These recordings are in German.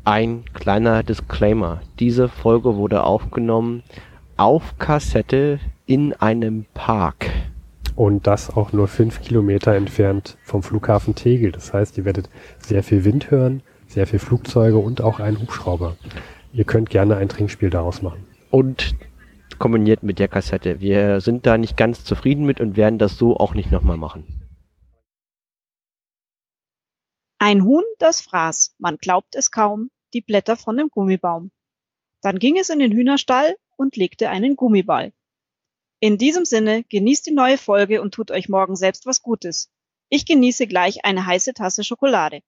Ein kleiner Disclaimer. Diese Folge wurde aufgenommen auf Kassette in einem Park. Und das auch nur 5 Kilometer entfernt vom Flughafen Tegel. Das heißt, ihr werdet sehr viel Wind hören, sehr viel Flugzeuge und auch einen Hubschrauber. Ihr könnt gerne ein Trinkspiel daraus machen. Und kombiniert mit der Kassette. Wir sind da nicht ganz zufrieden mit und werden das so auch nicht nochmal machen. Ein Huhn, das fraß, man glaubt es kaum, die Blätter von dem Gummibaum. Dann ging es in den Hühnerstall und legte einen Gummiball. In diesem Sinne, genießt die neue Folge und tut euch morgen selbst was Gutes. Ich genieße gleich eine heiße Tasse Schokolade.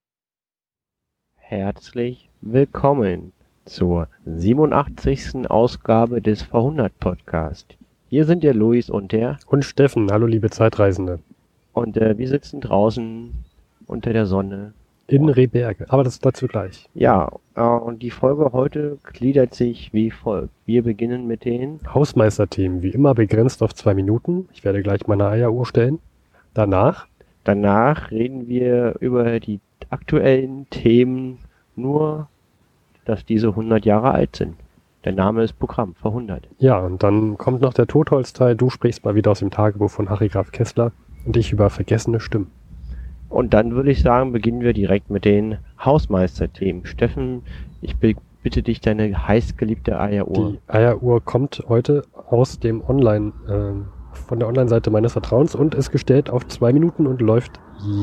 Herzlich willkommen zur 87. Ausgabe des V100 Hier sind der Luis und der... Und Steffen, hallo liebe Zeitreisende. Und wir sitzen draußen unter der Sonne. In Rehberge, aber das dazu gleich. Ja, und die Folge heute gliedert sich wie folgt. Wir beginnen mit den Hausmeisterthemen, wie immer begrenzt auf 2 Minuten. Ich werde gleich meine Eieruhr stellen. Danach reden wir über die aktuellen Themen, nur dass diese 100 Jahre alt sind. Der Name ist Programm, V100. Ja, und dann kommt noch der Totholzteil. Du sprichst mal wieder aus dem Tagebuch von Harry Graf Kessler und ich über vergessene Stimmen. Und dann würde ich sagen, beginnen wir direkt mit den Hausmeisterthemen. Steffen, ich bitte dich, deine heißgeliebte Eieruhr. Die Eieruhr kommt heute aus dem von der Online-Seite meines Vertrauens und ist gestellt auf 2 Minuten und läuft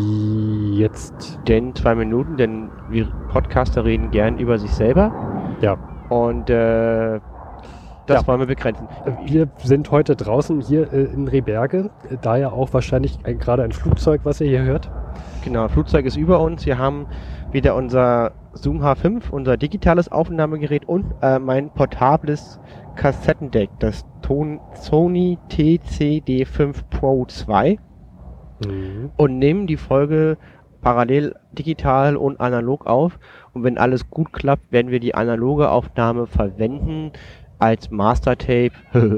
jetzt. Denn 2 Minuten, denn wir Podcaster reden gern über sich selber. Ja. Und das wollen wir begrenzen. Wir sind heute draußen hier in Rehberge, daher auch wahrscheinlich gerade ein Flugzeug, was ihr hier hört. Genau, ein Flugzeug ist über uns. Wir haben wieder unser Zoom H5, unser digitales Aufnahmegerät und mein portables Kassettendeck, das Sony TCD5 Pro 2 und nehmen die Folge parallel digital und analog auf. Und wenn alles gut klappt, werden wir die analoge Aufnahme verwenden als Mastertape,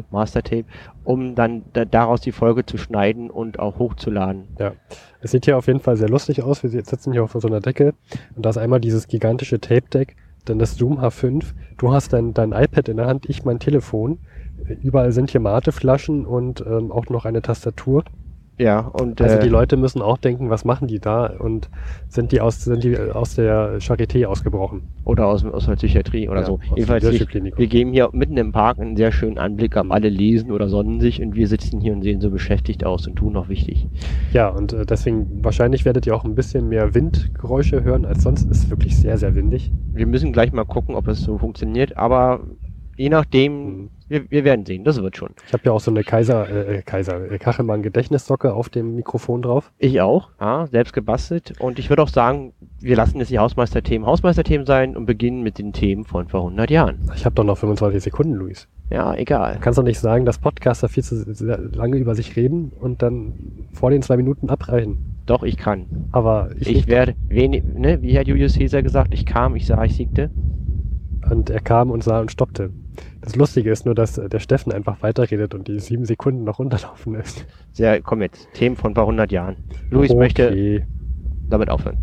um dann daraus die Folge zu schneiden und auch hochzuladen. Ja, es sieht hier auf jeden Fall sehr lustig aus. Wir sitzen hier auf so einer Decke und da ist einmal dieses gigantische Tape-Deck, dann das Zoom H5. Du hast dein iPad in der Hand, ich mein Telefon. Überall sind hier Mateflaschen und auch noch eine Tastatur. Ja, und also die Leute müssen auch denken, was machen die da und sind die aus der Charité ausgebrochen? Oder aus der Psychiatrie oder so. Jedenfalls, wir geben hier mitten im Park einen sehr schönen Anblick ab. Alle lesen oder sonnen sich und wir sitzen hier und sehen so beschäftigt aus und tun noch wichtig. Ja, und deswegen wahrscheinlich werdet ihr auch ein bisschen mehr Windgeräusche hören als sonst. Ist wirklich sehr, sehr windig. Wir müssen gleich mal gucken, ob es so funktioniert, aber je nachdem, wir werden sehen, das wird schon. Ich habe ja auch so eine Kachelmann-Gedächtnissocke auf dem Mikrofon drauf. Ich auch, ja, selbst gebastelt. Und ich würde auch sagen, wir lassen jetzt die Hausmeisterthemen sein und beginnen mit den Themen von vor 100 Jahren. Ich habe doch noch 25 Sekunden, Luis. Ja, egal. Du kannst doch nicht sagen, dass Podcaster viel zu lange über sich reden und dann vor den 2 Minuten abreichen. Doch, ich kann. Aber ich werde wenig, ne, wie hat Julius Caesar gesagt, ich kam, ich sah, ich siegte. Und er kam und sah und stoppte. Das Lustige ist nur, dass der Steffen einfach weiterredet und die 7 Sekunden noch runterlaufen lässt. Sehr, komm jetzt. Themen von vor 100 Jahren. Luis möchte damit aufhören.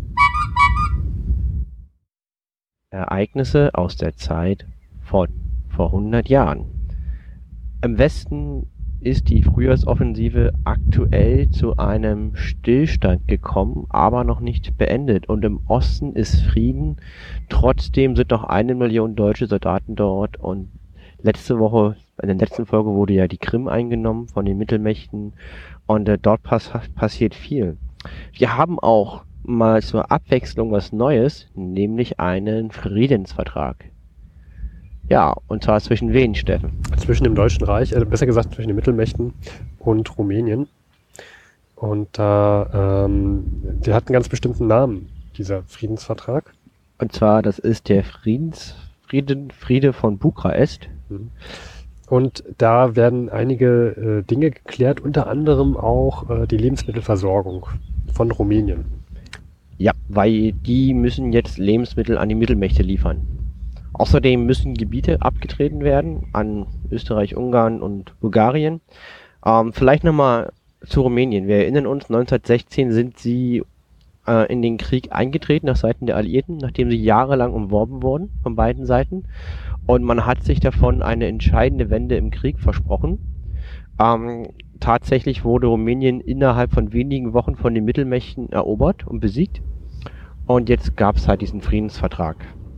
Ereignisse aus der Zeit von vor 100 Jahren. Im Westen ist die Frühjahrsoffensive aktuell zu einem Stillstand gekommen, aber noch nicht beendet. Und im Osten ist Frieden. Trotzdem sind noch 1 Million deutsche Soldaten dort. Und letzte Woche, in der letzten Folge, wurde ja die Krim eingenommen von den Mittelmächten. Und dort passiert viel. Wir haben auch mal zur Abwechslung was Neues, nämlich einen Friedensvertrag. Ja, und zwar zwischen wen, Steffen? Zwischen dem Deutschen Reich, besser gesagt zwischen den Mittelmächten und Rumänien. Und der hat einen ganz bestimmten Namen, dieser Friedensvertrag. Und zwar, das ist der Friede von Bukarest. Und da werden einige Dinge geklärt, unter anderem auch die Lebensmittelversorgung von Rumänien. Ja, weil die müssen jetzt Lebensmittel an die Mittelmächte liefern. Außerdem müssen Gebiete abgetreten werden an Österreich, Ungarn und Bulgarien. Vielleicht nochmal zu Rumänien. Wir erinnern uns, 1916 sind sie in den Krieg eingetreten auf Seiten der Alliierten, nachdem sie jahrelang umworben wurden von beiden Seiten. Und man hat sich davon eine entscheidende Wende im Krieg versprochen. Tatsächlich wurde Rumänien innerhalb von wenigen Wochen von den Mittelmächten erobert und besiegt. Und jetzt gab es halt diesen Friedensvertrag.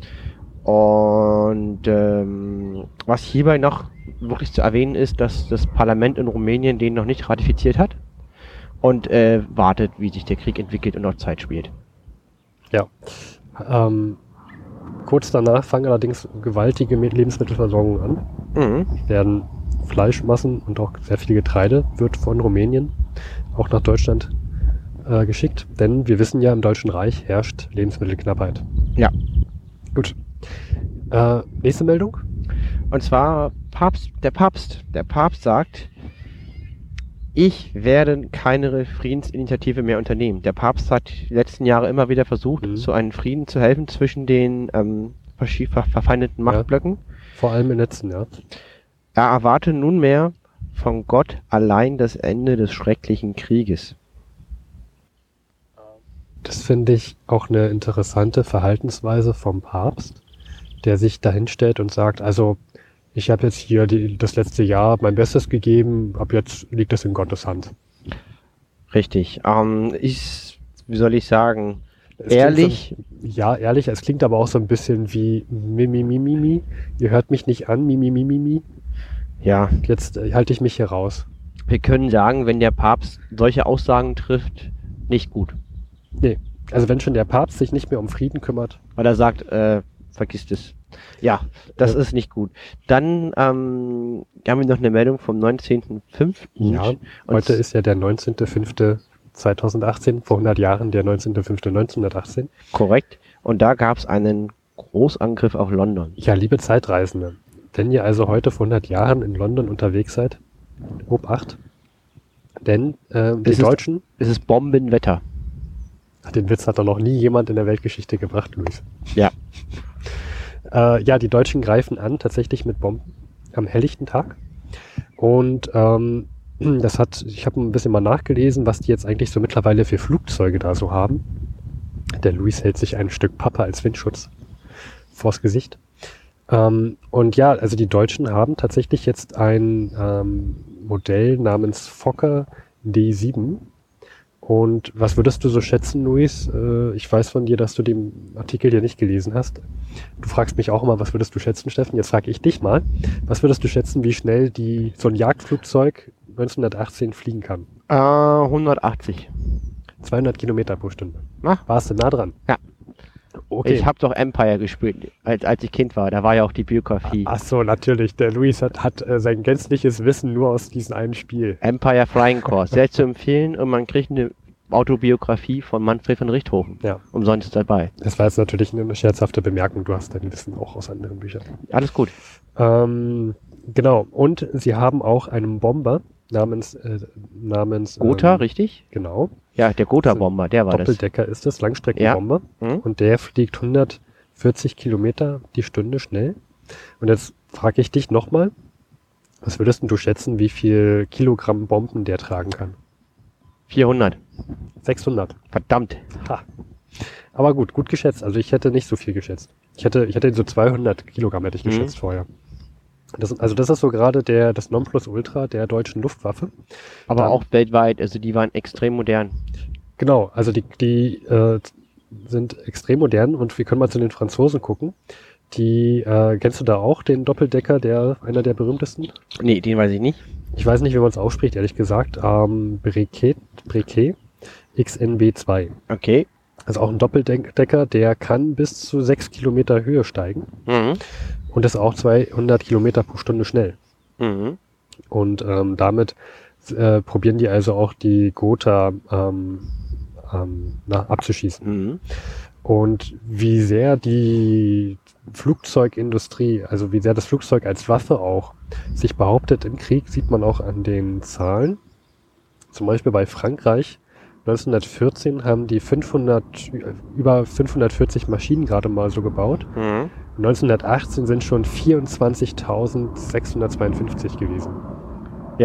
Und was hierbei noch wirklich zu erwähnen ist, dass das Parlament in Rumänien den noch nicht ratifiziert hat und wartet, wie sich der Krieg entwickelt und noch Zeit spielt. Ja. Kurz danach fangen allerdings gewaltige Lebensmittelversorgungen an. Mhm. Werden Fleischmassen und auch sehr viel Getreide wird von Rumänien auch nach Deutschland geschickt. Denn wir wissen ja, im Deutschen Reich herrscht Lebensmittelknappheit. Ja. Gut. Nächste Meldung. Und zwar der Papst. Der Papst sagt, ich werde keine Friedensinitiative mehr unternehmen. Der Papst hat die letzten Jahre immer wieder versucht, zu einem Frieden zu helfen zwischen den verfeindeten Machtblöcken. Vor allem im letzten Jahr. Er erwarte nunmehr von Gott allein das Ende des schrecklichen Krieges. Das finde ich auch eine interessante Verhaltensweise vom Papst, der sich dahinstellt und sagt, also ich habe jetzt hier das letzte Jahr mein Bestes gegeben, ab jetzt liegt es in Gottes Hand. Richtig. Wie soll ich sagen, Es ehrlich? Ja, ehrlich, es klingt aber auch so ein bisschen wie Mimimi. Ihr hört mich nicht an, Mimimi. Ja. Jetzt halte ich mich hier raus. Wir können sagen, wenn der Papst solche Aussagen trifft, nicht gut. Nee, also wenn schon der Papst sich nicht mehr um Frieden kümmert. Weil er sagt, vergisst es. Ja, das ist nicht gut. Dann haben wir noch eine Meldung vom 19.05. Ja, heute ist ja der 19.05.2018, vor 100 Jahren der 19.05.1918. Korrekt. Und da gab es einen Großangriff auf London. Ja, liebe Zeitreisende, wenn ihr also heute vor 100 Jahren in London unterwegs seid, Obacht, denn die Deutschen... Es ist Bombenwetter. Ach, den Witz hat doch noch nie jemand in der Weltgeschichte gebracht, Luis. Ja. Ja, die Deutschen greifen an, tatsächlich mit Bomben am helllichten Tag. Und ich habe ein bisschen mal nachgelesen, was die jetzt eigentlich so mittlerweile für Flugzeuge da so haben. Der Luis hält sich ein Stück Pappe als Windschutz vors Gesicht. Und ja, also die Deutschen haben tatsächlich jetzt ein Modell namens Fokker D7. Und was würdest du so schätzen, Luis? Ich weiß von dir, dass du den Artikel hier nicht gelesen hast. Du fragst mich auch immer, was würdest du schätzen, Steffen? Jetzt frage ich dich mal. Was würdest du schätzen, wie schnell so ein Jagdflugzeug 1918 fliegen kann? 180. 200 Kilometer pro Stunde. Ach. Warst du nah dran? Ja. Okay. Ich habe doch Empire gespielt, als ich Kind war. Da war ja auch die Biografie. Ach so, natürlich. Der Luis hat sein gänzliches Wissen nur aus diesem einen Spiel. Empire Flying Course. Sehr zu empfehlen und man kriegt eine Autobiografie von Manfred von Richthofen. Ja. Umsonst dabei. Das war jetzt natürlich eine scherzhafte Bemerkung. Du hast dein Wissen auch aus anderen Büchern. Alles gut. Genau. Und sie haben auch einen Bomber namens Gotha, richtig? Genau. Ja, der Gotha-Bomber, der war das. Doppeldecker ist es, Langstreckenbomber. Ja. Mhm. Und der fliegt 140 Kilometer die Stunde schnell. Und jetzt frage ich dich nochmal, was würdest du schätzen, wie viel Kilogramm Bomben der tragen kann? 400. 600. Verdammt. Ha. Aber gut geschätzt. Also ich hätte nicht so viel geschätzt. Ich hätte so 200 Kilogramm hätte ich geschätzt vorher. Das ist so gerade das Nonplusultra der deutschen Luftwaffe. Aber auch weltweit, also die waren extrem modern. Genau, also die sind extrem modern und wir können mal zu den Franzosen gucken. Kennst du da auch den Doppeldecker, einer der berühmtesten? Nee, den weiß ich nicht. Ich weiß nicht, wie man es ausspricht, ehrlich gesagt. Briquet XNB2. Okay. Also auch ein Doppeldecker, der kann bis zu 6 Kilometer Höhe steigen. Mhm. Und ist auch 200 Kilometer pro Stunde schnell. Mhm. Und damit probieren die also auch die Gotha abzuschießen. Mhm. Und wie sehr die Flugzeugindustrie, also wie sehr das Flugzeug als Waffe auch sich behauptet im Krieg, sieht man auch an den Zahlen. Zum Beispiel bei Frankreich 1914 haben die über 540 Maschinen gerade mal so gebaut. Mhm. 1918 sind schon 24.652 gewesen. Ja.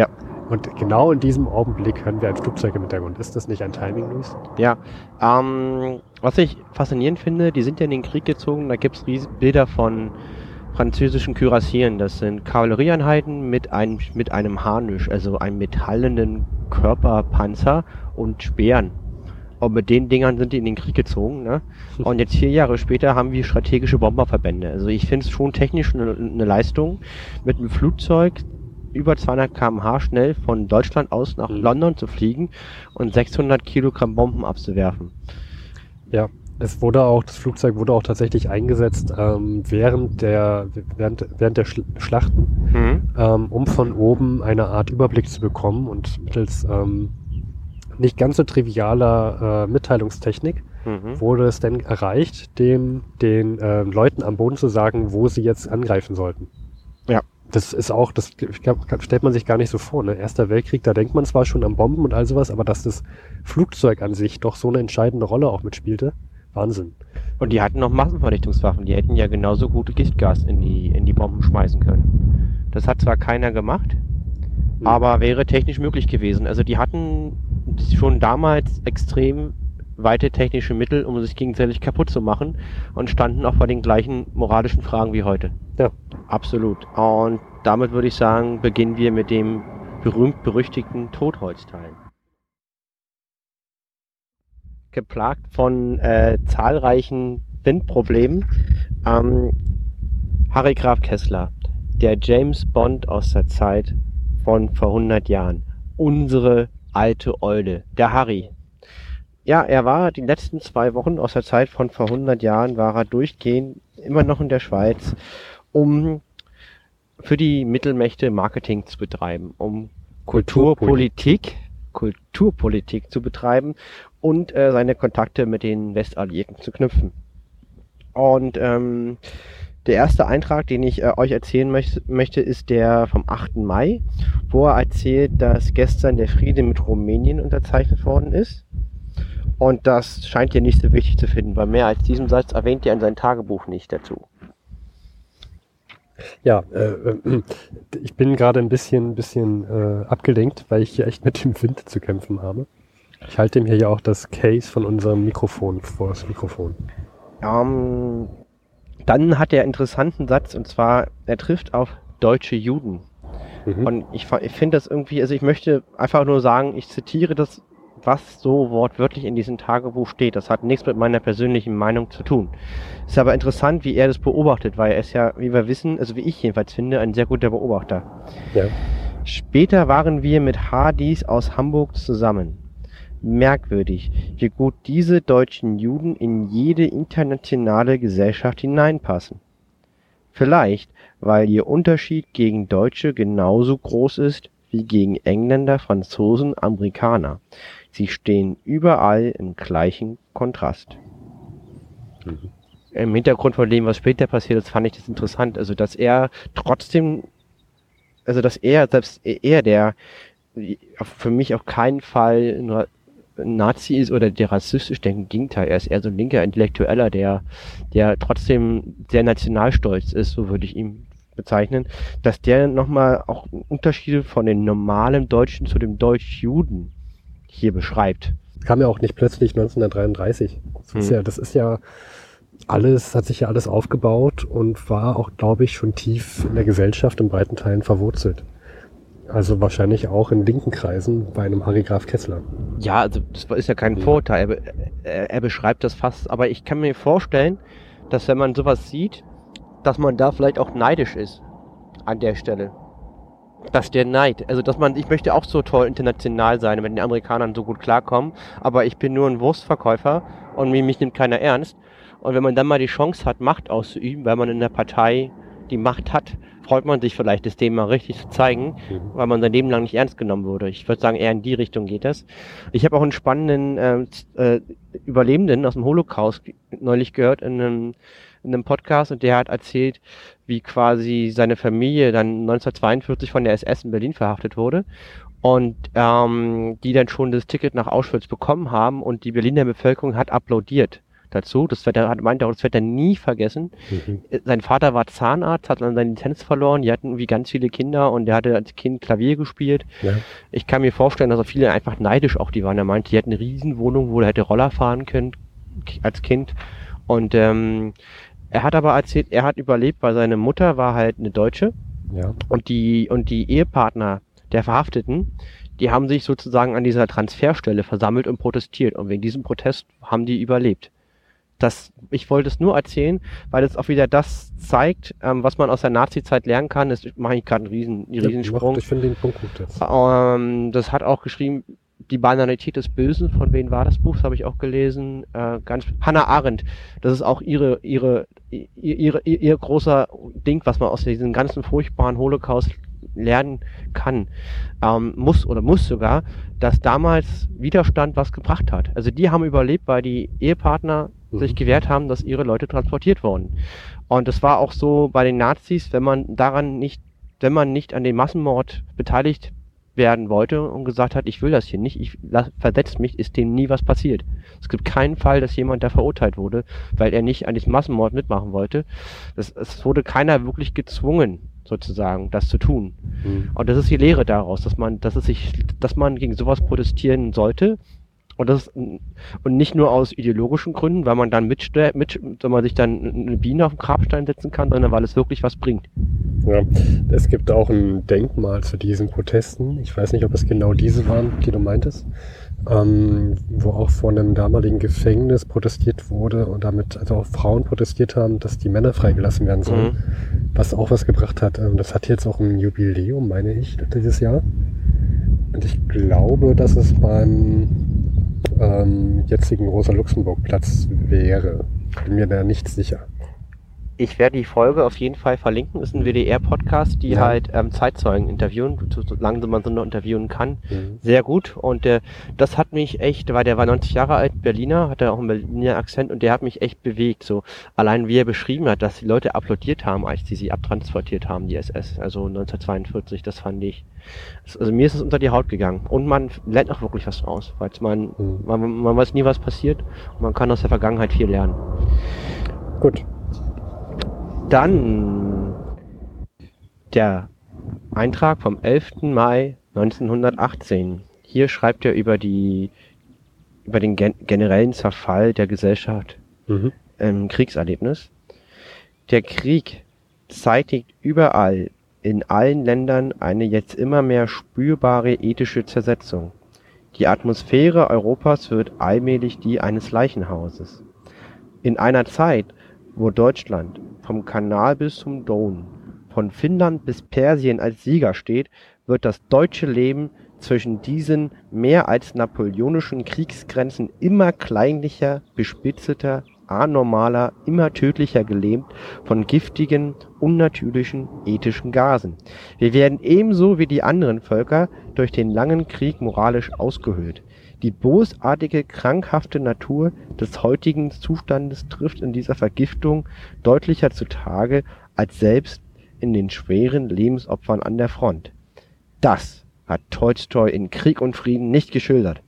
Und genau in diesem Augenblick hören wir ein Flugzeug im Hintergrund. Ist das nicht ein Timing, Luis? Ja, was ich faszinierend finde, die sind ja in den Krieg gezogen, da gibt es Bilder von französischen Kürassieren. Das sind Kavallerieeinheiten mit einem Harnisch, also einem metallenen Körperpanzer und Speeren. Und mit den Dingern sind die in den Krieg gezogen. Ne? Und jetzt 4 Jahre später haben wir strategische Bomberverbände. Also ich finde es schon technisch eine Leistung, mit einem Flugzeug über 200 km/h schnell von Deutschland aus nach London zu fliegen und 600 Kilogramm Bomben abzuwerfen. Ja, das Flugzeug wurde auch tatsächlich eingesetzt während der Schlachten, um von oben eine Art Überblick zu bekommen und mittels nicht ganz so trivialer Mitteilungstechnik wurde es dann erreicht, den Leuten am Boden zu sagen, wo sie jetzt angreifen sollten. Ja. Das ist auch, ich glaube, stellt man sich gar nicht so vor. Ne? Erster Weltkrieg, da denkt man zwar schon an Bomben und all sowas, aber dass das Flugzeug an sich doch so eine entscheidende Rolle auch mitspielte, Wahnsinn. Und die hatten noch Massenvernichtungswaffen, die hätten ja genauso gut Giftgas in die Bomben schmeißen können. Das hat zwar keiner gemacht, aber wäre technisch möglich gewesen. Also die hatten schon damals extrem weite technische Mittel, um sich gegenseitig kaputt zu machen und standen auch vor den gleichen moralischen Fragen wie heute. Ja. Absolut. Und damit würde ich sagen, beginnen wir mit dem berühmt-berüchtigten Totholzteil. Geplagt von zahlreichen Windproblemen. Harry Graf Kessler, der James Bond aus der Zeit von vor 100 Jahren. Unsere alte Eule, der Harry. Ja, er war die letzten 2 Wochen aus der Zeit von vor 100 Jahren, war er durchgehend immer noch in der Schweiz, um für die Mittelmächte Marketing zu betreiben, um Kulturpolitik zu betreiben und seine Kontakte mit den Westalliierten zu knüpfen. Und der erste Eintrag, den ich euch erzählen möchte, ist der vom 8. Mai, wo er erzählt, dass gestern der Friede mit Rumänien unterzeichnet worden ist. Und das scheint ihr nicht so wichtig zu finden, weil mehr als diesen Satz erwähnt er in sein Tagebuch nicht dazu. Ja, ich bin gerade ein bisschen abgelenkt, weil ich hier echt mit dem Wind zu kämpfen habe. Ich halte mir ja auch das Case von unserem Mikrofon vor das Mikrofon. Dann hat er einen interessanten Satz, und zwar, er trifft auf deutsche Juden. Und ich finde das irgendwie, also ich möchte einfach nur sagen, ich zitiere das, was so wortwörtlich in diesem Tagebuch steht. Das hat nichts mit meiner persönlichen Meinung zu tun. Es ist aber interessant, wie er das beobachtet, weil er ist ja, wie wir wissen, also wie ich jedenfalls finde, ein sehr guter Beobachter. Ja. Später waren wir mit Hardys aus Hamburg zusammen. Merkwürdig, wie gut diese deutschen Juden in jede internationale Gesellschaft hineinpassen. Vielleicht, weil ihr Unterschied gegen Deutsche genauso groß ist wie gegen Engländer, Franzosen, Amerikaner. Sie stehen überall im gleichen Kontrast. Im Hintergrund von dem, was später passiert ist, fand ich das interessant. Also, dass er trotzdem, also, dass er, selbst er, der für mich auf keinen Fall ein Nazi ist oder der rassistisch denkt, im Gegenteil, er ist eher so ein linker Intellektueller, der trotzdem sehr nationalstolz ist, so würde ich ihn bezeichnen, dass der nochmal auch Unterschiede von den normalen Deutschen zu dem Deutsch-Juden hier beschreibt. Kam ja auch nicht plötzlich 1933. Das ist ja alles, hat sich ja alles aufgebaut und war auch, glaube ich, schon tief in der Gesellschaft in breiten Teilen verwurzelt. Also wahrscheinlich auch in linken Kreisen bei einem Harry Graf Kessler. Ja, also das ist ja kein Vorurteil. Er beschreibt das fast, aber ich kann mir vorstellen, dass wenn man sowas sieht, dass man da vielleicht auch neidisch ist an der Stelle. Dass der Neid, also ich möchte auch so toll international sein, mit den Amerikanern so gut klarkommen, aber ich bin nur ein Wurstverkäufer und mich nimmt keiner ernst. Und wenn man dann mal die Chance hat, Macht auszuüben, weil man in der Partei die Macht hat, freut man sich vielleicht, das Thema richtig zu zeigen, weil man sein Leben lang nicht ernst genommen wurde. Ich würde sagen, eher in die Richtung geht das. Ich habe auch einen spannenden Überlebenden aus dem Holocaust neulich gehört in einem Podcast, und der hat erzählt, wie quasi seine Familie dann 1942 von der SS in Berlin verhaftet wurde und die dann schon das Ticket nach Auschwitz bekommen haben und die Berliner Bevölkerung hat applaudiert. dazu. Das meinte auch, das wird er nie vergessen. Sein Vater war Zahnarzt, hat dann seine Lizenz verloren. Die hatten irgendwie ganz viele Kinder und der hatte als Kind Klavier gespielt. Ja. Ich kann mir vorstellen, dass auch viele einfach neidisch auf die waren. Er meinte, die hatten eine Riesenwohnung, wo er hätte Roller fahren können als Kind. Und er hat aber erzählt, er hat überlebt, weil seine Mutter war halt eine Deutsche. Ja. Und die Ehepartner der Verhafteten, die haben sich sozusagen an dieser Transferstelle versammelt und protestiert. Und wegen diesem Protest haben die überlebt. Ich wollte es nur erzählen, weil es auch wieder das zeigt, was man aus der Nazi-Zeit lernen kann. Das mache ich gerade einen Riesensprung. Ich finde den Punkt gut jetzt. Das hat auch geschrieben, Die Banalität des Bösen. Von wem war das Buch? Das habe ich auch gelesen. Hannah Arendt. Das ist auch ihr großer Ding, was man aus diesem ganzen furchtbaren Holocaust lernen kann, muss sogar, dass damals Widerstand was gebracht hat. Also die haben überlebt, weil die Ehepartner sich gewehrt haben, dass ihre Leute transportiert wurden. Und das war auch so bei den Nazis, wenn man nicht an dem Massenmord beteiligt werden wollte und gesagt hat, ich will das hier nicht, versetzt mich, ist dem nie was passiert. Es gibt keinen Fall, dass jemand da verurteilt wurde, weil er nicht an diesem Massenmord mitmachen wollte. Es wurde keiner wirklich gezwungen, sozusagen, das zu tun. Und das ist die Lehre daraus, dass man gegen sowas protestieren sollte. Und nicht nur aus ideologischen Gründen, weil man dann wenn man sich dann eine Biene auf den Grabstein setzen kann, sondern weil es wirklich was bringt. Ja, es gibt auch ein Denkmal zu diesen Protesten. Ich weiß nicht, ob es genau diese waren, die du meintest, wo auch vor einem damaligen Gefängnis protestiert wurde und damit also auch Frauen protestiert haben, dass die Männer freigelassen werden sollen, was auch was gebracht hat. Das hat jetzt auch ein Jubiläum, meine ich, dieses Jahr. Und ich glaube, dass es beim jetzigen Rosa-Luxemburg-Platz wäre. Bin mir da nicht sicher. Ich werde die Folge auf jeden Fall verlinken. Das ist ein WDR-Podcast, die halt Zeitzeugen interviewen, solange man so noch interviewen kann. Sehr gut. Und das hat mich echt, weil der war 90 Jahre alt, Berliner, hatte auch einen Berliner Akzent und der hat mich echt bewegt. So allein wie er beschrieben hat, dass die Leute applaudiert haben, als die sie abtransportiert haben, die SS. Also 1942, das fand ich. Also mir ist es unter die Haut gegangen. Und man lernt auch wirklich was draus, weil man weiß nie, was passiert. Und man kann aus der Vergangenheit viel lernen. Gut. Dann der Eintrag vom 11. Mai 1918. Hier schreibt er über den generellen Zerfall der Gesellschaft im Kriegserlebnis. Der Krieg zeitigt überall in allen Ländern eine jetzt immer mehr spürbare ethische Zersetzung. Die Atmosphäre Europas wird allmählich die eines Leichenhauses. In einer Zeit, wo Deutschland vom Kanal bis zum Don, von Finnland bis Persien als Sieger steht, wird das deutsche Leben zwischen diesen mehr als napoleonischen Kriegsgrenzen immer kleinlicher, bespitzelter, anormaler, immer tödlicher gelähmt von giftigen, unnatürlichen, ethischen Gasen. Wir werden ebenso wie die anderen Völker durch den langen Krieg moralisch ausgehöhlt. Die bosartige, krankhafte Natur des heutigen Zustandes trifft in dieser Vergiftung deutlicher zutage als selbst in den schweren Lebensopfern an der Front. Das hat Tolstoi in Krieg und Frieden nicht geschildert.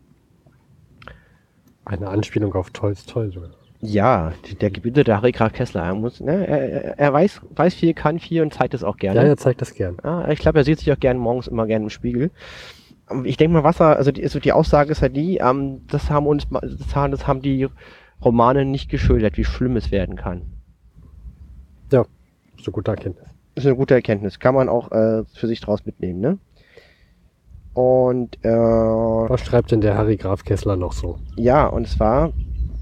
Eine Anspielung auf Tolstoi sogar. Ja, der gebildete Harry Graf Kessler. Er weiß viel, kann viel und zeigt es auch gerne. Ja, er zeigt das gern. Ja, ich glaube, er sieht sich auch gerne morgens immer gerne im Spiegel. Ich denke mal, die Aussage ist ja die, das haben die Romane nicht geschildert, wie schlimm es werden kann. Ja, ist eine gute Erkenntnis. Ist eine gute Erkenntnis. Kann man auch für sich draus mitnehmen, ne? Und was schreibt denn der Harry Graf Kessler noch so? Ja, und zwar,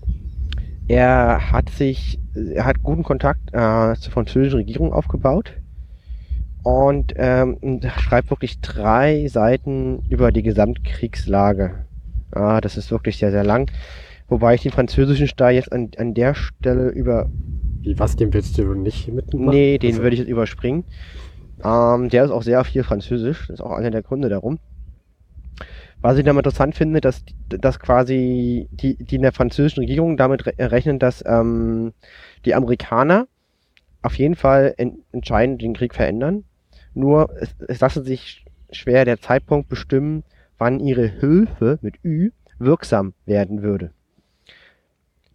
er hat guten Kontakt zur französischen Regierung aufgebaut. Und schreibt wirklich 3 Seiten über die Gesamtkriegslage. Das ist wirklich sehr, sehr lang. Wobei ich den französischen Teil jetzt an der Stelle was, den willst du nicht mitmachen? Nee, den würde ich jetzt überspringen. Der ist auch sehr viel Französisch. Das ist auch einer der Gründe darum. Was ich damit interessant finde, dass quasi die in der französischen Regierung damit rechnen, dass die Amerikaner auf jeden Fall entscheidend den Krieg verändern. Nur es lasse sich schwer der Zeitpunkt bestimmen, wann ihre Hilfe mit Ü wirksam werden würde.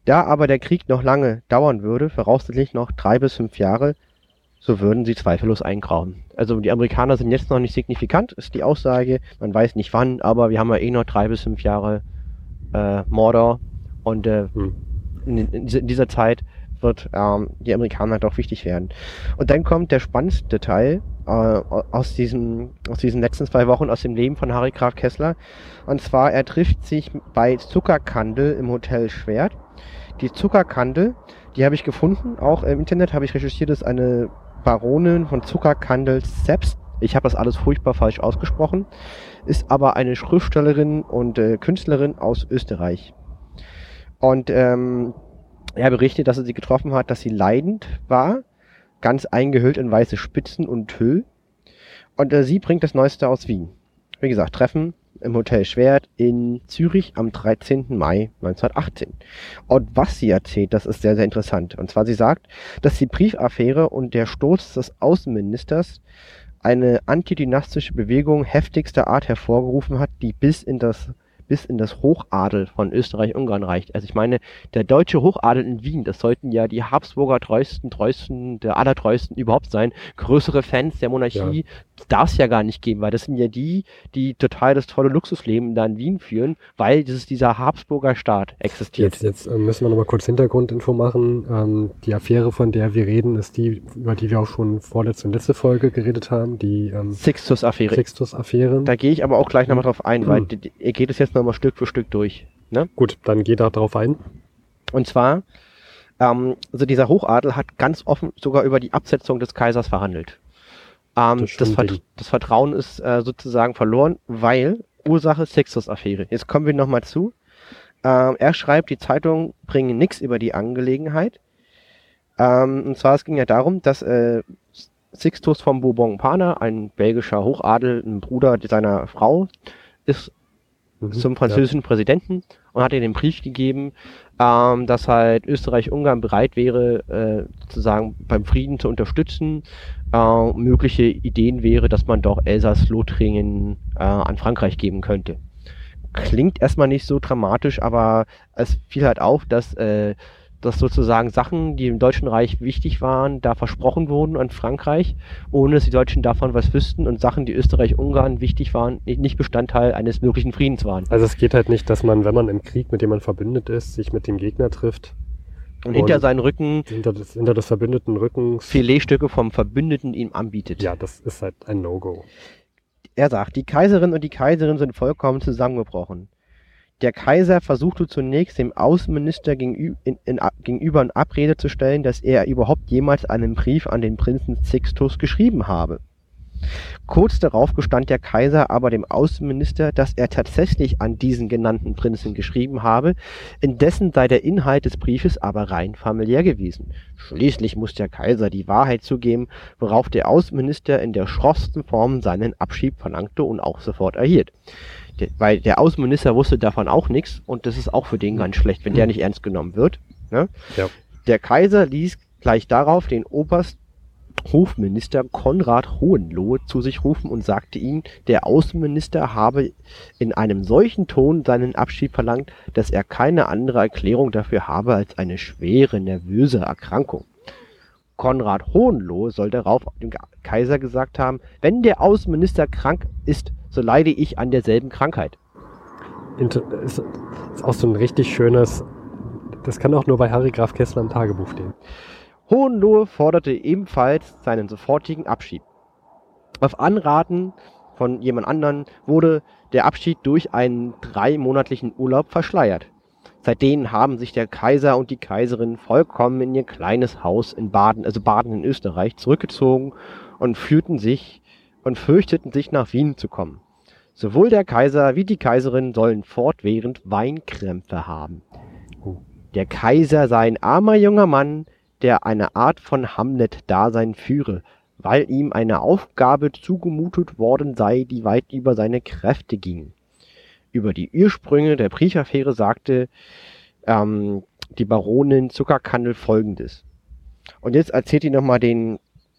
Da aber der Krieg noch lange dauern würde, voraussichtlich noch 3 bis 5 Jahre, so würden sie zweifellos eingrauen. Also die Amerikaner sind jetzt noch nicht signifikant, ist die Aussage. Man weiß nicht wann, aber wir haben ja eh noch 3 bis 5 Jahre Mordor. Und in dieser Zeit wird die Amerikaner doch wichtig werden. Und dann kommt der spannendste Teil aus diesen letzten 2 Wochen aus dem Leben von Harry Graf Kessler. Und zwar, er trifft sich bei Zuckerkandel im Hotel Schwert. Die Zuckerkandel, die habe ich gefunden, auch im Internet habe ich recherchiert, ist eine Baronin von Zuckerkandel selbst. Ich habe das alles furchtbar falsch ausgesprochen, ist aber eine Schriftstellerin und Künstlerin aus Österreich. Und er berichtet, dass er sie getroffen hat, dass sie leidend war, ganz eingehüllt in weiße Spitzen und Tüll. Und sie bringt das Neueste aus Wien. Wie gesagt, Treffen im Hotel Schwert in Zürich am 13. Mai 1918. Und was sie erzählt, das ist sehr, sehr interessant. Und zwar, sie sagt, dass die Briefaffäre und der Sturz des Außenministers eine antidynastische Bewegung heftigster Art hervorgerufen hat, die bis in das Hochadel von Österreich-Ungarn reicht. Also ich meine, der deutsche Hochadel in Wien, das sollten ja die Habsburger treuesten, der allertreuesten überhaupt sein. Größere Fans der Monarchie darf es ja gar nicht geben, weil das sind ja die total das tolle Luxusleben da in Wien führen, weil dieser Habsburger Staat existiert. Jetzt müssen wir noch mal kurz Hintergrundinfo machen. Die Affäre, von der wir reden, ist die, über die wir auch schon vorletzte und letzte Folge geredet haben, die Sixtus-Affäre. Da gehe ich aber auch gleich nochmal drauf ein, weil ihr geht es jetzt nochmal Stück für Stück durch. Ne? Gut, dann geht da drauf ein. Und zwar, also dieser Hochadel hat ganz offen sogar über die Absetzung des Kaisers verhandelt. Das Vertrauen ist sozusagen verloren, weil Ursache Sixtus-Affäre. Jetzt kommen wir nochmal zu. Er schreibt, die Zeitungen bringen nichts über die Angelegenheit. Und zwar, es ging ja darum, dass Sixtus von Bourbon-Parma, ein belgischer Hochadel, ein Bruder seiner Frau, ist zum französischen Präsidenten und hat ihm den Brief gegeben, dass halt Österreich-Ungarn bereit wäre, sozusagen beim Frieden zu unterstützen. Mögliche Ideen wäre, dass man doch Elsass-Lothringen an Frankreich geben könnte. Klingt erstmal nicht so dramatisch, aber es fiel halt auf, dass sozusagen Sachen, die im Deutschen Reich wichtig waren, da versprochen wurden an Frankreich, ohne dass die Deutschen davon was wüssten, und Sachen, die Österreich-Ungarn wichtig waren, nicht Bestandteil eines möglichen Friedens waren. Also es geht halt nicht, dass man, wenn man im Krieg mit jemandem verbündet ist, sich mit dem Gegner trifft. Und hinter seinen Rücken, hinter des verbündeten Rückens, Filetstücke vom Verbündeten ihm anbietet. Ja, das ist halt ein No-Go. Er sagt, die Kaiserin und die Kaiserin sind vollkommen zusammengebrochen. Der Kaiser versuchte zunächst, dem Außenminister gegenüber in Abrede zu stellen, dass er überhaupt jemals einen Brief an den Prinzen Sixtus geschrieben habe. Kurz darauf gestand der Kaiser aber dem Außenminister, dass er tatsächlich an diesen genannten Prinzen geschrieben habe, indessen sei der Inhalt des Briefes aber rein familiär gewesen. Schließlich muss der Kaiser die Wahrheit zugeben, worauf der Außenminister in der schroffsten Form seinen Abschied verlangte und auch sofort erhielt. Weil der Außenminister wusste davon auch nichts, und das ist auch für den ganz schlecht, wenn der nicht ernst genommen wird. Ne? Ja. Der Kaiser ließ gleich darauf den Obersthofminister Konrad Hohenlohe zu sich rufen und sagte ihm, der Außenminister habe in einem solchen Ton seinen Abschied verlangt, dass er keine andere Erklärung dafür habe als eine schwere nervöse Erkrankung. Konrad Hohenlohe soll darauf dem Kaiser gesagt haben, wenn der Außenminister krank ist, so leide ich an derselben Krankheit. Ist auch so ein richtig schönes, das kann auch nur bei Harry Graf Kessler im Tagebuch stehen. Hohenlohe forderte ebenfalls seinen sofortigen Abschied. Auf Anraten von jemand anderen wurde der Abschied durch einen 3-monatlichen Urlaub verschleiert. Seitdem haben sich der Kaiser und die Kaiserin vollkommen in ihr kleines Haus in Baden in Österreich, zurückgezogen und fürchteten sich, nach Wien zu kommen. Sowohl der Kaiser wie die Kaiserin sollen fortwährend Weinkrämpfe haben. Der Kaiser sei ein armer junger Mann, der eine Art von Hamlet-Dasein führe, weil ihm eine Aufgabe zugemutet worden sei, die weit über seine Kräfte ging. Über die Ursprünge der Briefaffäre sagte die Baronin Zuckerkandel Folgendes. Und jetzt erzählt die nochmal den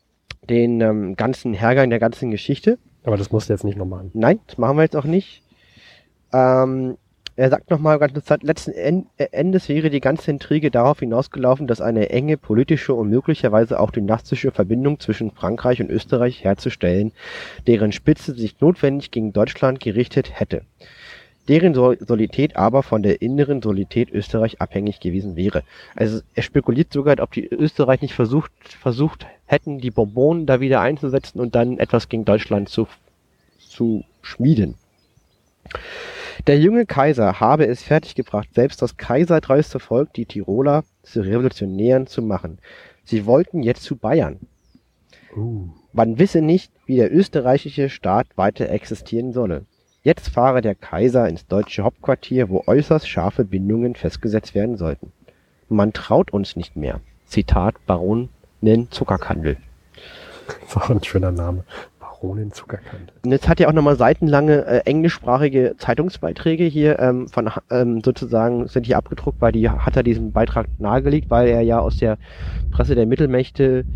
ganzen Hergang der ganzen Geschichte. Aber das musst du jetzt nicht nochmal machen. Nein, das machen wir jetzt auch nicht. Er sagt nochmal ganz interessant, letzten Endes wäre die ganze Intrige darauf hinausgelaufen, dass eine enge politische und möglicherweise auch dynastische Verbindung zwischen Frankreich und Österreich herzustellen, deren Spitze sich notwendig gegen Deutschland gerichtet hätte, deren Solidität aber von der inneren Solidität Österreich abhängig gewesen wäre. Also er spekuliert sogar, ob die Österreich nicht versucht hätten, die Bourbonen da wieder einzusetzen und dann etwas gegen Deutschland zu schmieden. Der junge Kaiser habe es fertiggebracht, selbst das kaisertreueste Volk, die Tiroler, zu Revolutionären zu machen. Sie wollten jetzt zu Bayern. Man wisse nicht, wie der österreichische Staat weiter existieren solle. Jetzt fahre der Kaiser ins deutsche Hauptquartier, wo äußerst scharfe Bindungen festgesetzt werden sollten. Man traut uns nicht mehr. Zitat Baronin Zuckerkandel. Das war ein schöner Name. Baronin Zuckerkandel. Und jetzt hat er auch nochmal seitenlange englischsprachige Zeitungsbeiträge hier sozusagen sind hier abgedruckt, weil hat er diesen Beitrag nahegelegt, weil er ja aus der Presse der Mittelmächte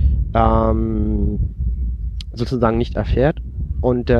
sozusagen nicht erfährt. Und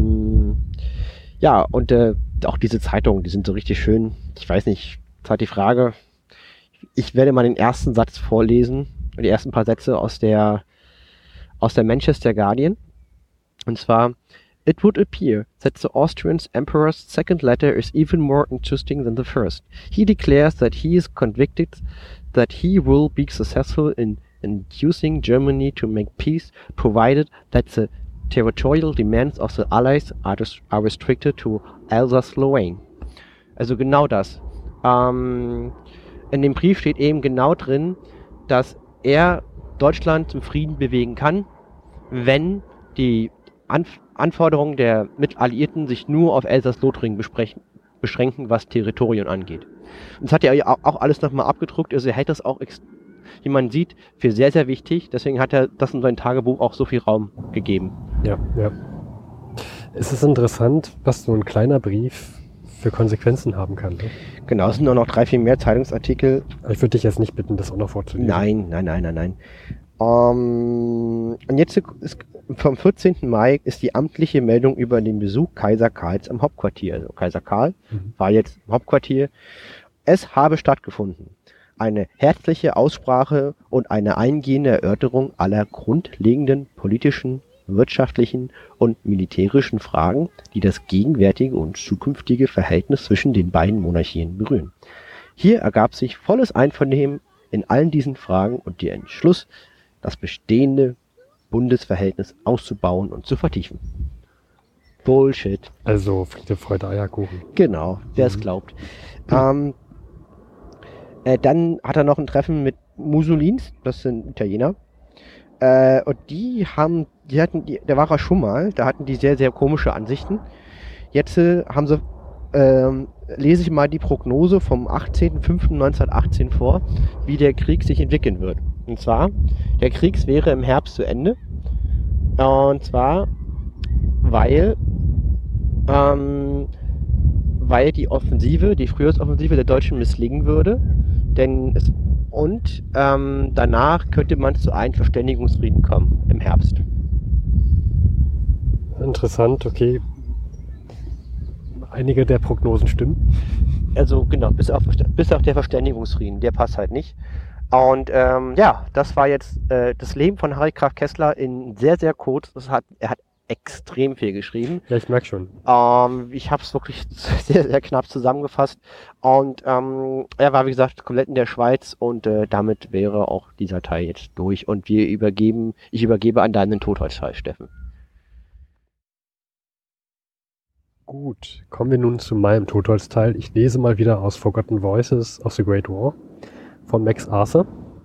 auch diese Zeitungen, die sind so richtig schön. Ich weiß nicht, jetzt hat die Frage, ich werde mal den ersten Satz vorlesen, die ersten paar Sätze aus der Manchester Guardian. Und zwar, it would appear that the Austrian emperor's second letter is even more interesting than the first. He declares that he is convicted that he will be successful in inducing Germany to make peace, provided that the territorial demands of the Allies are restricted to Alsace-Lorraine. Also genau das. In dem Brief steht eben genau drin, dass er Deutschland zum Frieden bewegen kann, wenn die Anforderungen der Mitalliierten sich nur auf Elsass-Lothringen beschränken, was Territorien angeht. Und das hat er auch alles nochmal abgedruckt, also er hält das auch, wie man sieht, für sehr, sehr wichtig, deswegen hat er das in sein Tagebuch auch so viel Raum gegeben. Ja. Es ist interessant, was so ein kleiner Brief für Konsequenzen haben kann. Ne? Genau, es sind auch noch 3, 4 mehr Zeitungsartikel. Ich würde dich jetzt nicht bitten, das auch noch vorzulesen. Nein. Und jetzt ist vom 14. Mai ist die amtliche Meldung über den Besuch Kaiser Karls im Hauptquartier. Also Kaiser Karl war jetzt im Hauptquartier. Es habe stattgefunden. Eine herzliche Aussprache und eine eingehende Erörterung aller grundlegenden politischen, wirtschaftlichen und militärischen Fragen, die das gegenwärtige und zukünftige Verhältnis zwischen den beiden Monarchien berühren. Hier ergab sich volles Einvernehmen in allen diesen Fragen und der Entschluss, das bestehende Bundesverhältnis auszubauen und zu vertiefen. Bullshit. Also Friede, Freude, Eierkuchen. Genau, wer es glaubt. Dann hat er noch ein Treffen mit Mussolins, das sind Italiener. Und da war er schon mal, da hatten die sehr, sehr komische Ansichten. Jetzt lese ich mal die Prognose vom 18.05.1918 vor, wie der Krieg sich entwickeln wird. Und zwar, der Krieg wäre im Herbst zu Ende. Und zwar, weil die Frühjahrsoffensive der Deutschen misslingen würde. Danach könnte man zu einem Verständigungsfrieden kommen im Herbst. Interessant, okay. Einige der Prognosen stimmen. Also genau, bis auf der Verständigungsfrieden, der passt halt nicht. Und das war jetzt das Leben von Harry Graf Kessler in sehr, sehr kurz. Er hat extrem viel geschrieben. Ja, ich merke schon. Ich habe es wirklich sehr, sehr knapp zusammengefasst. Und er war, wie gesagt, komplett in der Schweiz und damit wäre auch dieser Teil jetzt durch. Und ich übergebe an deinen Totholzteil, Steffen. Gut, kommen wir nun zu meinem Totholzteil. Ich lese mal wieder aus Forgotten Voices of the Great War von Max Arthur.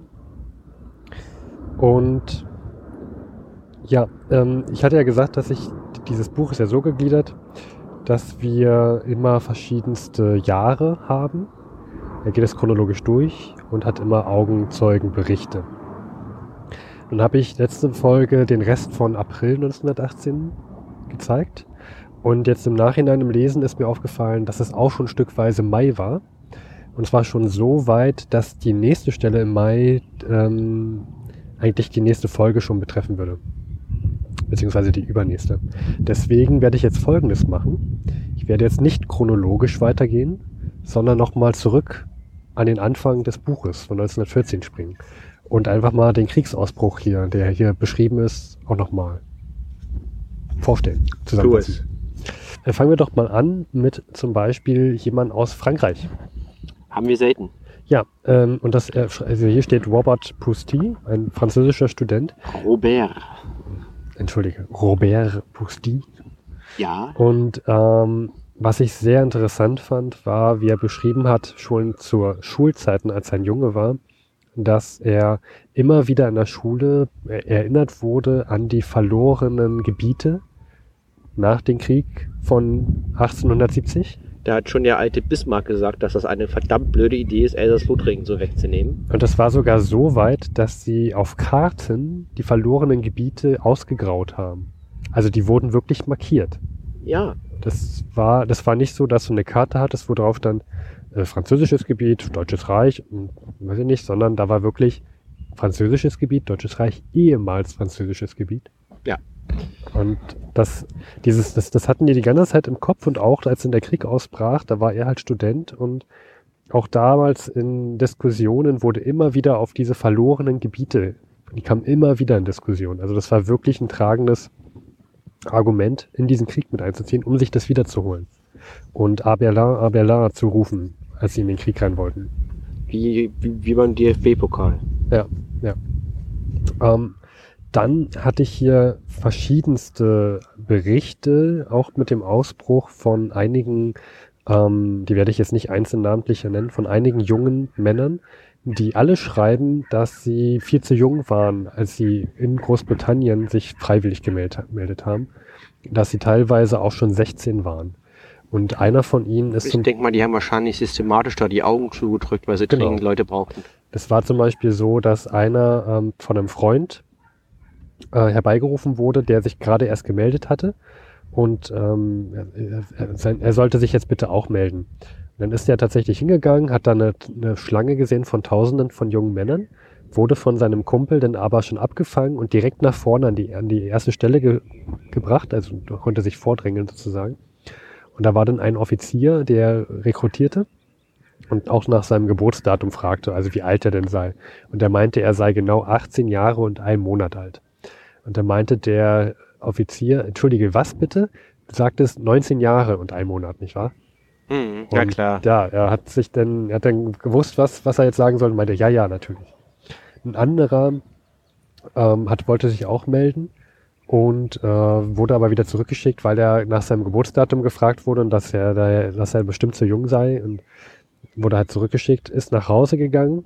Und ja, ich hatte ja gesagt, dass dieses Buch ist ja so gegliedert, dass wir immer verschiedenste Jahre haben. Er geht es chronologisch durch und hat immer Augenzeugenberichte. Nun habe ich letzte Folge den Rest von April 1918 gezeigt. Und jetzt im Nachhinein im Lesen ist mir aufgefallen, dass es auch schon stückweise Mai war. Und zwar schon so weit, dass die nächste Stelle im Mai eigentlich die nächste Folge schon betreffen würde. Beziehungsweise die übernächste. Deswegen werde ich jetzt Folgendes machen. Ich Ich werde jetzt nicht chronologisch weitergehen, sondern nochmal zurück an den Anfang des Buches von 1914 springen und einfach mal den Kriegsausbruch hier, der hier beschrieben ist, auch nochmal vorstellen, zusammenfassen. Fangen wir doch mal an mit zum Beispiel jemand aus Frankreich. Haben wir selten. Ja, und das, also hier steht Robert Pousty, ein französischer Student. Robert Pousty. Ja. Und was ich sehr interessant fand, war, wie er beschrieben hat, schon zur Schulzeiten, als er ein Junge war, dass er immer wieder in der Schule erinnert wurde an die verlorenen Gebiete nach dem Krieg von 1870. Da hat schon der alte Bismarck gesagt, dass das eine verdammt blöde Idee ist, Elsass-Lothringen so wegzunehmen. Und das war sogar so weit, dass sie auf Karten die verlorenen Gebiete ausgegraut haben. Also die wurden wirklich markiert. Ja. Das war nicht so, dass du eine Karte hattest, wo drauf stand, französisches Gebiet, Deutsches Reich, weiß ich nicht, sondern da war wirklich französisches Gebiet, Deutsches Reich, ehemals französisches Gebiet. Ja. Und das hatten die ganze Zeit im Kopf, und auch als der Krieg ausbrach, da war er halt Student, und auch damals in Diskussionen wurde immer wieder auf diese verlorenen Gebiete, die kamen immer wieder in Diskussion. Also das war wirklich ein tragendes Argument, in diesen Krieg mit einzuziehen, um sich das wiederzuholen. Und Berlin zu rufen, als sie in den Krieg rein wollten. Wie beim DFB-Pokal. Ja. Dann hatte ich hier verschiedenste Berichte, auch mit dem Ausbruch von einigen, die werde ich jetzt nicht einzeln namentlich nennen, von einigen jungen Männern, die alle schreiben, dass sie viel zu jung waren, als sie in Großbritannien sich freiwillig gemeldet haben, dass sie teilweise auch schon 16 waren. Und einer von ihnen ist... Ich denke mal, die haben wahrscheinlich systematisch da die Augen zugedrückt, weil sie dringend Leute brauchten. Das war zum Beispiel so, dass einer von einem Freund herbeigerufen wurde, der sich gerade erst gemeldet hatte, und er sollte sich jetzt bitte auch melden. Und dann ist er tatsächlich hingegangen, hat dann eine Schlange gesehen von Tausenden von jungen Männern, wurde von seinem Kumpel dann aber schon abgefangen und direkt nach vorne an die erste Stelle gebracht, also konnte sich vordrängeln sozusagen. Und da war dann ein Offizier, der rekrutierte und auch nach seinem Geburtsdatum fragte, also wie alt er denn sei. Und er meinte, er sei genau 18 Jahre und 1 Monat alt. Und da meinte der Offizier, entschuldige, was bitte? Du sagtest 19 Jahre und 1 Monat, nicht wahr? Ja, klar. Ja, er hat dann gewusst, was er jetzt sagen soll, und meinte, ja, natürlich. Ein anderer wollte sich auch melden und wurde aber wieder zurückgeschickt, weil er nach seinem Geburtsdatum gefragt wurde und dass er bestimmt zu jung sei, und wurde halt zurückgeschickt, ist nach Hause gegangen,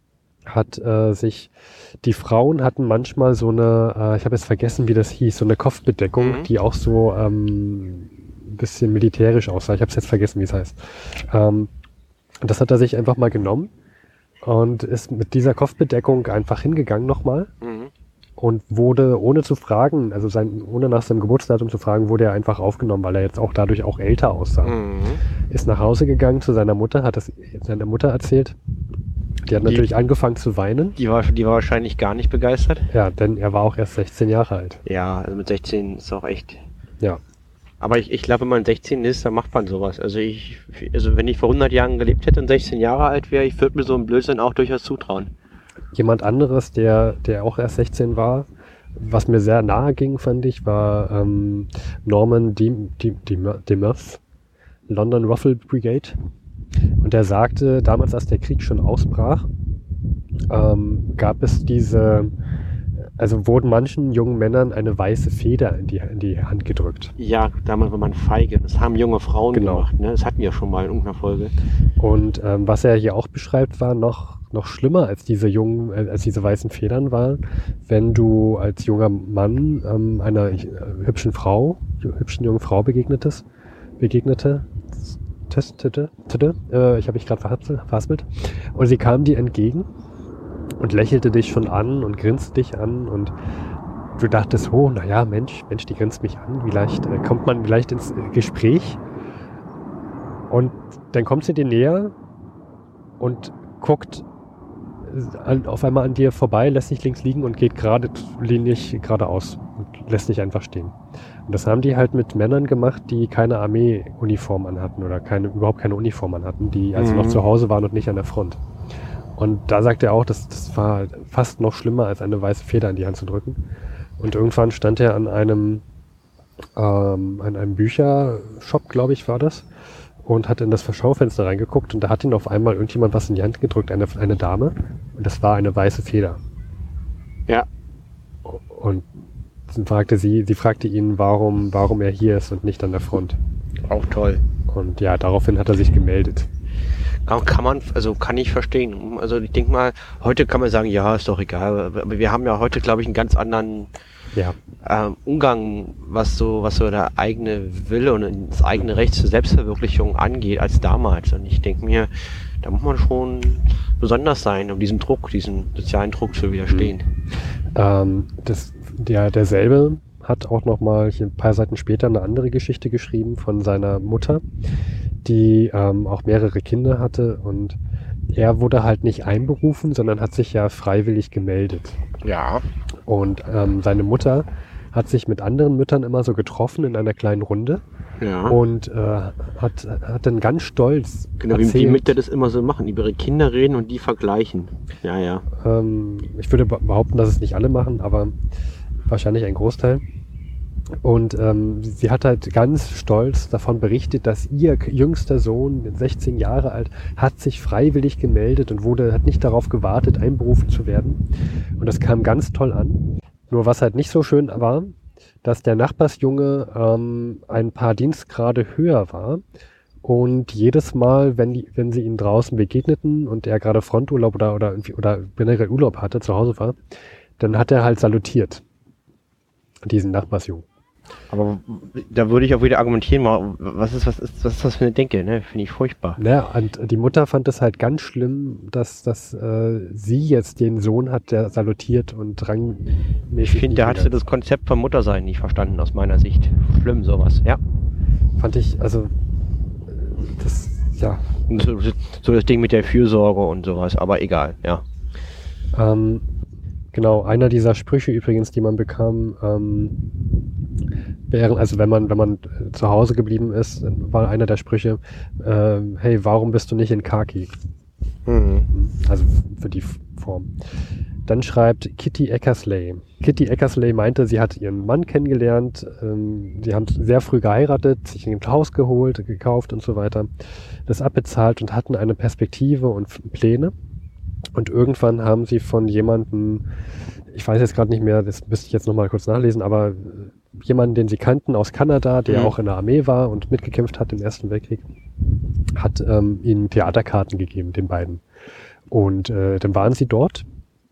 die Frauen hatten manchmal so eine, ich habe jetzt vergessen, wie das hieß, so eine Kopfbedeckung, die auch so ein bisschen militärisch aussah. Ich habe es jetzt vergessen, wie es heißt. Und das hat er sich einfach mal genommen und ist mit dieser Kopfbedeckung einfach hingegangen nochmal und wurde, ohne zu fragen, also ohne nach seinem Geburtsdatum zu fragen, wurde er einfach aufgenommen, weil er jetzt auch dadurch auch älter aussah. Ist nach Hause gegangen zu seiner Mutter, hat es seiner Mutter erzählt. Die hat natürlich angefangen zu weinen. Die war wahrscheinlich gar nicht begeistert. Ja, denn er war auch erst 16 Jahre alt. Ja, also mit 16 ist auch echt... Ja. Aber ich glaube, wenn man 16 ist, dann macht man sowas. Also wenn ich vor 100 Jahren gelebt hätte und 16 Jahre alt wäre, ich würde mir so einen Blödsinn auch durchaus zutrauen. Jemand anderes, der auch erst 16 war, was mir sehr nahe ging, fand ich, war Norman Demers, London Rifle Brigade. Und er sagte, damals, als der Krieg schon ausbrach, gab es wurden manchen jungen Männern eine weiße Feder in die Hand gedrückt. Ja, damals war man feige. Das haben junge Frauen gemacht. Ne? Das hatten wir schon mal in irgendeiner Folge. Und was er hier auch beschreibt, war noch schlimmer als diese diese weißen Federn waren, wenn du als junger Mann einer hübschen jungen Frau begegnete. Ich habe mich gerade verhaspelt. Und sie kam dir entgegen und lächelte dich schon an und grinste dich an, und du dachtest, oh, naja, Mensch, die grinst mich an, vielleicht kommt man vielleicht ins Gespräch, und dann kommt sie dir näher und guckt auf einmal an dir vorbei, lässt sich links liegen und geht geradeaus und lässt dich einfach stehen. Und das haben die halt mit Männern gemacht, die keine Armeeuniform anhatten oder überhaupt keine Uniform anhatten, die also noch zu Hause waren und nicht an der Front. Und da sagt er auch, das war fast noch schlimmer, als eine weiße Feder in die Hand zu drücken. Und irgendwann stand er an einem Büchershop, glaube ich, war das, und hat in das Schaufenster reingeguckt und da hat ihn auf einmal irgendjemand was in die Hand gedrückt, eine Dame, und das war eine weiße Feder. Ja. Und sie fragte ihn, warum er hier ist und nicht an der Front. Auch toll. Und ja, daraufhin hat er sich gemeldet. Kann ich verstehen. Also ich denke mal, heute kann man sagen, ja, ist doch egal. Aber wir haben ja heute, glaube ich, einen ganz anderen Umgang, was so der eigene Wille und das eigene Recht zur Selbstverwirklichung angeht, als damals. Und ich denke mir, da muss man schon besonders sein, um diesem sozialen Druck zu widerstehen. Derselbe hat auch nochmal ein paar Seiten später eine andere Geschichte geschrieben von seiner Mutter, die auch mehrere Kinder hatte, und er wurde halt nicht einberufen, sondern hat sich ja freiwillig gemeldet. Ja. Und seine Mutter hat sich mit anderen Müttern immer so getroffen in einer kleinen Runde. Ja. Und hat dann ganz stolz erzählt, wie Mütter das immer so machen, über ihre Kinder reden und die vergleichen. Ja, ja. Ich würde behaupten, dass es nicht alle machen, aber wahrscheinlich ein Großteil. Und sie hat halt ganz stolz davon berichtet, dass ihr jüngster Sohn, 16 Jahre alt, hat sich freiwillig gemeldet und hat nicht darauf gewartet, einberufen zu werden. Und das kam ganz toll an. Nur was halt nicht so schön war, dass der Nachbarsjunge ein paar Dienstgrade höher war. Und jedes Mal, wenn sie ihn draußen begegneten und er gerade Fronturlaub oder generell Urlaub hatte, zu Hause war, dann hat er halt salutiert, diesen Nachbarsjungen. Aber da würde ich auch wieder argumentieren, was ist das für eine Denke, ne? Finde ich furchtbar. Ja, und die Mutter fand es halt ganz schlimm, dass sie jetzt den Sohn hat, der salutiert und rangmäßig. Ich finde, da hat sie das Konzept von Muttersein nicht verstanden, aus meiner Sicht. Schlimm, sowas, ja. Fand ich, also, ja. So das Ding mit der Fürsorge und sowas, aber egal, ja. Genau, einer dieser Sprüche übrigens, die man bekam, also wenn man zu Hause geblieben ist, war einer der Sprüche, hey, warum bist du nicht in Khaki? Also für die Form. Dann schreibt Kitty Eckersley. Kitty Eckersley meinte, sie hat ihren Mann kennengelernt, sie haben sehr früh geheiratet, sich ein Haus gekauft und so weiter, das abbezahlt und hatten eine Perspektive und Pläne. Und irgendwann haben sie von jemandem, ich weiß jetzt gerade nicht mehr, das müsste ich jetzt nochmal kurz nachlesen, aber jemanden, den sie kannten aus Kanada, der auch in der Armee war und mitgekämpft hat im Ersten Weltkrieg, hat ihnen Theaterkarten gegeben, den beiden. Und dann waren sie dort,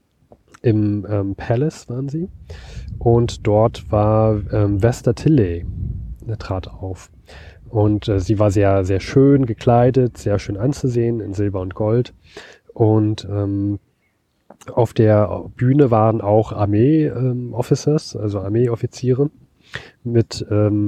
im Palace waren sie, und dort war Vesta Tilley, der trat auf. Und sie war sehr, sehr schön gekleidet, sehr schön anzusehen, in Silber und Gold. Und auf der Bühne waren auch Armee-Officers, also Armeeoffiziere, mit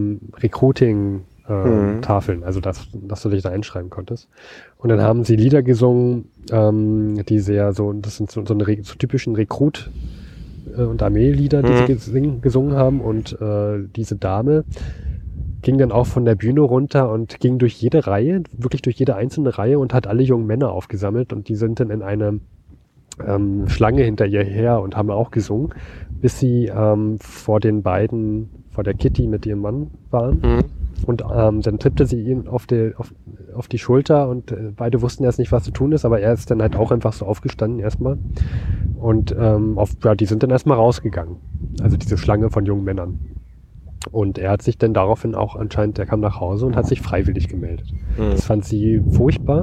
Recruiting-Tafeln, also dass du dich da einschreiben konntest. Und dann haben sie Lieder gesungen, die sehr so, das sind so typischen Rekrut- und Armeelieder, die sie gesungen haben. Und diese Dame ging dann auch von der Bühne runter und ging durch jede Reihe, wirklich durch jede einzelne Reihe, und hat alle jungen Männer aufgesammelt, und die sind dann in eine Schlange hinter ihr her und haben auch gesungen, bis sie vor der Kitty mit ihrem Mann waren. Und dann tippte sie ihn auf die Schulter, und beide wussten erst nicht, was zu tun ist, aber er ist dann halt auch einfach so aufgestanden erstmal. Und die sind dann erstmal rausgegangen. Also diese Schlange von jungen Männern. Und er hat sich dann daraufhin auch anscheinend, er kam nach Hause und hat sich freiwillig gemeldet. Das fand sie furchtbar.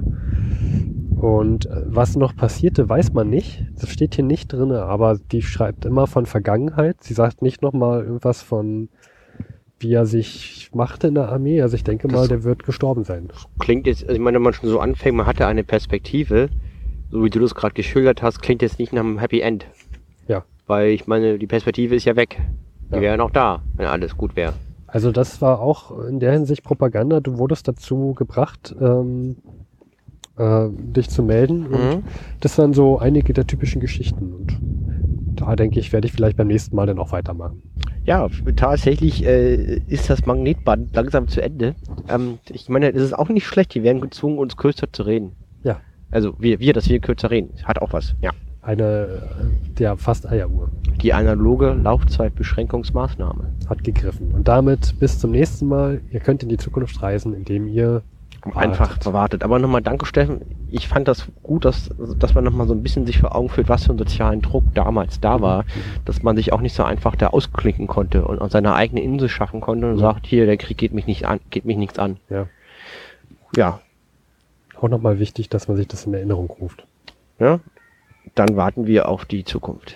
Und was noch passierte, weiß man nicht. Das steht hier nicht drin, aber die schreibt immer von Vergangenheit. Sie sagt nicht nochmal irgendwas von, wie er sich machte in der Armee. Also ich denke mal, der wird gestorben sein. Klingt jetzt, also ich meine, wenn man schon so anfängt, man hatte eine Perspektive, so wie du das gerade geschildert hast, klingt jetzt nicht nach einem Happy End. Ja. Weil ich meine, die Perspektive ist ja weg. Die wäre noch da, wenn alles gut wäre. Also das war auch in der Hinsicht Propaganda. Du wurdest dazu gebracht, dich zu melden. Und das waren so einige der typischen Geschichten. Und da denke ich, werde ich vielleicht beim nächsten Mal dann auch weitermachen. Ja, tatsächlich ist das Magnetband langsam zu Ende. Ich meine, es ist auch nicht schlecht, wir werden gezwungen, uns kürzer zu reden. Ja. Also dass wir kürzer reden, hat auch was, ja. Fast Eieruhr. Die analoge Laufzeitbeschränkungsmaßnahme Hat gegriffen. Und damit bis zum nächsten Mal. Ihr könnt in die Zukunft reisen, indem ihr einfach verwartet. Aber nochmal danke, Steffen. Ich fand das gut, dass man nochmal so ein bisschen sich vor Augen führt, was für ein sozialen Druck damals da war. Dass man sich auch nicht so einfach da ausklinken konnte und seine eigene Insel schaffen konnte und sagt, hier, der Krieg geht mich nichts an. Ja. Ja. Auch nochmal wichtig, dass man sich das in Erinnerung ruft. Ja. Dann warten wir auf die Zukunft.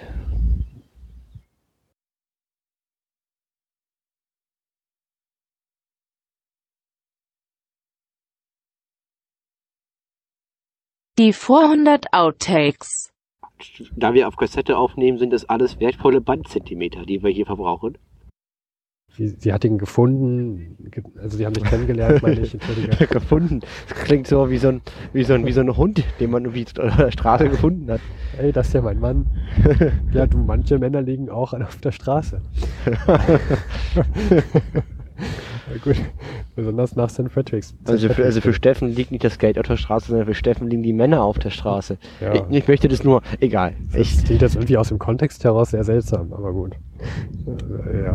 Die 400 Outtakes. Da wir auf Kassette aufnehmen, sind das alles wertvolle Bandzentimeter, die wir hier verbrauchen. Sie hat ihn gefunden, also sie haben sich kennengelernt, meine ich, Entschuldige. Gefunden. Das klingt so wie so ein Hund, den man irgendwie auf der Straße gefunden hat. Ey, das ist ja mein Mann. Ja, du, manche Männer liegen auch auf der Straße. Ja, gut. Besonders nach St. Patrick's. Also für Steffen liegt nicht das Geld auf der Straße, sondern für Steffen liegen die Männer auf der Straße. Ja. Ich möchte das nur, egal. Das klingt jetzt irgendwie aus dem Kontext heraus sehr seltsam, aber gut. Ja.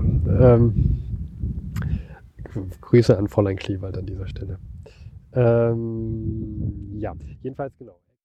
Grüße an Fräulein Kliewald an dieser Stelle. Ja, jedenfalls genau.